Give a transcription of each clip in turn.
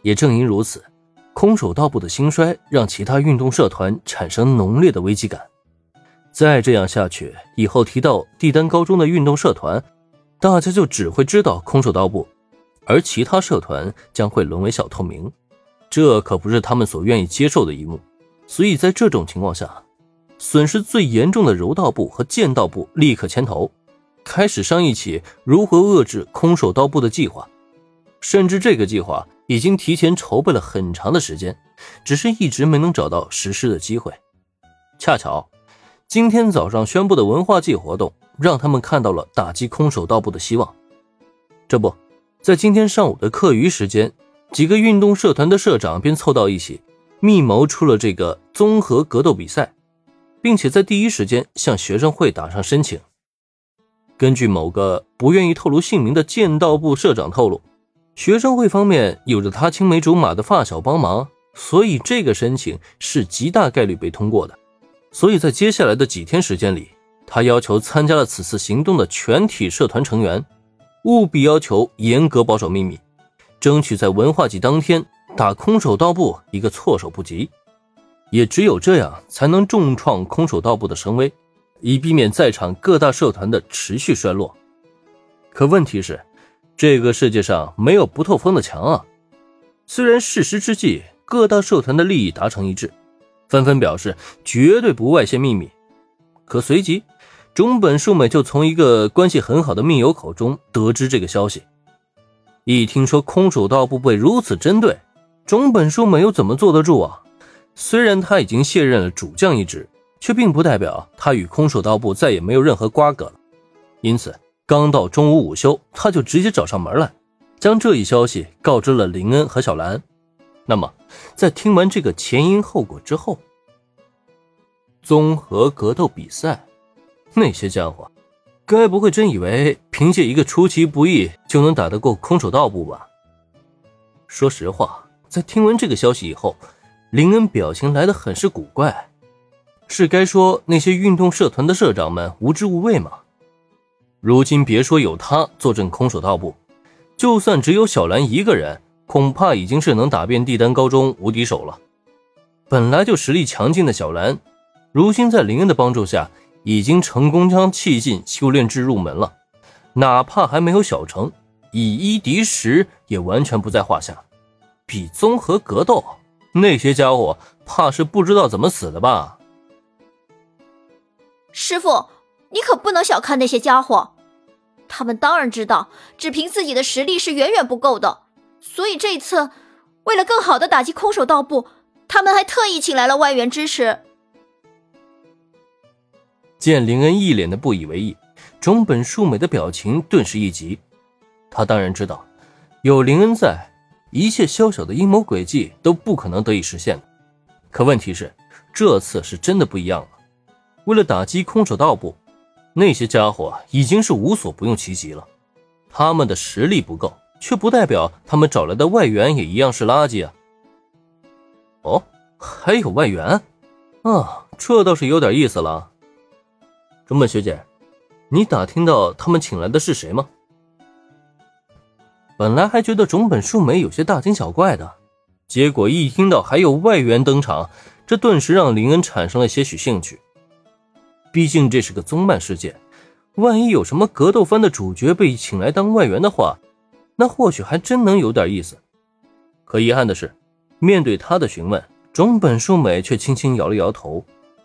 也正因如此，空手道部的兴衰让其他运动社团产生浓烈的危机感。再这样下去，以后提到帝丹高中的运动社团，大家就只会知道空手道部，而其他社团将会沦为小透明，这可不是他们所愿意接受的一幕。所以在这种情况下，损失最严重的柔道部和剑道部立刻牵头，开始商议起如何遏制空手道部的计划。甚至这个计划已经提前筹备了很长的时间，只是一直没能找到实施的机会。恰巧今天早上宣布的文化季活动让他们看到了打击空手道部的希望。这不，在今天上午的课余时间，几个运动社团的社长便凑到一起，密谋出了这个综合格斗比赛，并且在第一时间向学生会打上申请。根据某个不愿意透露姓名的剑道部社长透露，学生会方面有着他青梅竹马的发小帮忙，所以这个申请是极大概率被通过的。所以在接下来的几天时间里，他要求参加了此次行动的全体社团成员务必要求严格保守秘密，争取在文化季当天打空手道部一个措手不及。也只有这样才能重创空手道部的声威，以避免在场各大社团的持续衰落。可问题是，这个世界上没有不透风的墙啊！虽然事实之际各大社团的利益达成一致，纷纷表示绝对不外泄秘密，可随即中本树美就从一个关系很好的密友口中得知这个消息。一听说空手道部被如此针对，中本树美又怎么坐得住啊？虽然他已经卸任了主将一职，却并不代表他与空手道部再也没有任何瓜葛了。因此刚到中午午休，他就直接找上门来，将这一消息告知了林恩和小兰。那么在听完这个前因后果之后，综合格斗比赛，那些家伙该不会真以为凭借一个出其不意就能打得过空手道部吧？说实话，在听闻这个消息以后，林恩表情来得很是古怪。是该说那些运动社团的社长们无知无畏吗？如今别说有他坐镇空手道部，就算只有小兰一个人，恐怕已经是能打遍帝丹高中无敌手了。本来就实力强劲的小兰，如今在林恩的帮助下，已经成功将气劲修炼至入门了，哪怕还没有小成，以1敌10也完全不在话下。比综合格斗，那些家伙怕是不知道怎么死的吧？ 师父，你可不能小看那些家伙，他们当然知道只凭自己的实力是远远不够的，所以这次为了更好的打击空手道部，他们还特意请来了外援支持。 见林恩一脸的不以为意，中本树美的表情顿时一急。他当然知道有林恩在，一切小小的阴谋诡计都不可能得以实现的。可问题是，这次是真的不一样了。为了打击空手道部，那些家伙已经是无所不用其极了。他们的实力不够，却不代表他们找来的外援也一样是垃圾啊。哦，还有外援啊，这倒是有点意思了。中本学姐，你打听到他们请来的是谁吗？本来还觉得中本树美有些大惊小怪的，结果一听到还有外援登场，这顿时让林恩产生了些许兴趣。毕竟这是个综漫世界，万一有什么格斗番的主角被请来当外援的话，那或许还真能有点意思。可遗憾的是，面对他的询问，中本树美却轻轻摇了摇头。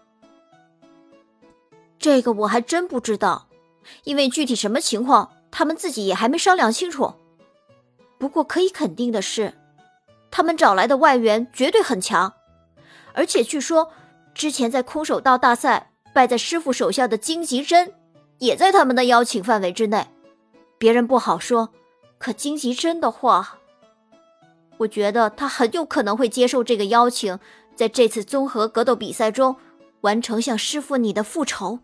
这个我还真不知道，因为具体什么情况他们自己也还没商量清楚。不过可以肯定的是，他们找来的外援绝对很强，而且据说之前在空手道大赛败在师傅手下的荆棘真也在他们的邀请范围之内。别人不好说，可荆棘真的话，我觉得他很有可能会接受这个邀请，在这次综合格斗比赛中完成向师傅你的复仇。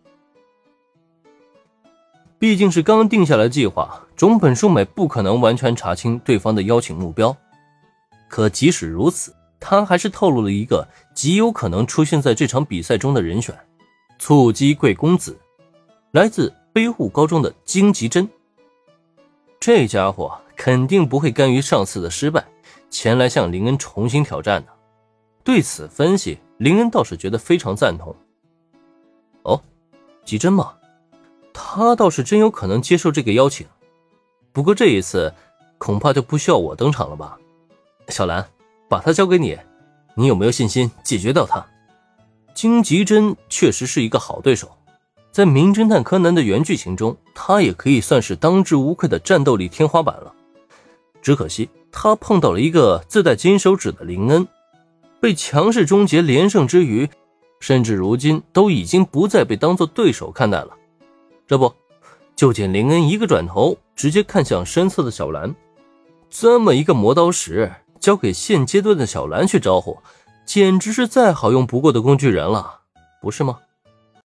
毕竟是刚定下来计划，中本树美不可能完全查清对方的邀请目标。可即使如此，他还是透露了一个极有可能出现在这场比赛中的人选：蹴击贵公子，来自北户高中的荆棘真。这家伙肯定不会甘于上次的失败， 前来向林恩重新挑战的。对此分析，林恩倒是觉得非常赞同。哦，吉真吗？他倒是真有可能接受这个邀请，不过这一次恐怕就不需要我登场了吧。小兰，把他交给你，你有没有信心解决到他？金吉真确实是一个好对手，在名侦探柯南的原剧情中，他也可以算是当之无愧的战斗力天花板了。只可惜他碰到了一个自带金手指的林恩，被强势终结连胜之余，甚至如今都已经不再被当作对手看待了。这不，就见林恩一个转头，直接看向身侧的小兰。这么一个磨刀石，交给现阶段的小兰去招呼，简直是再好用不过的工具人了，不是吗？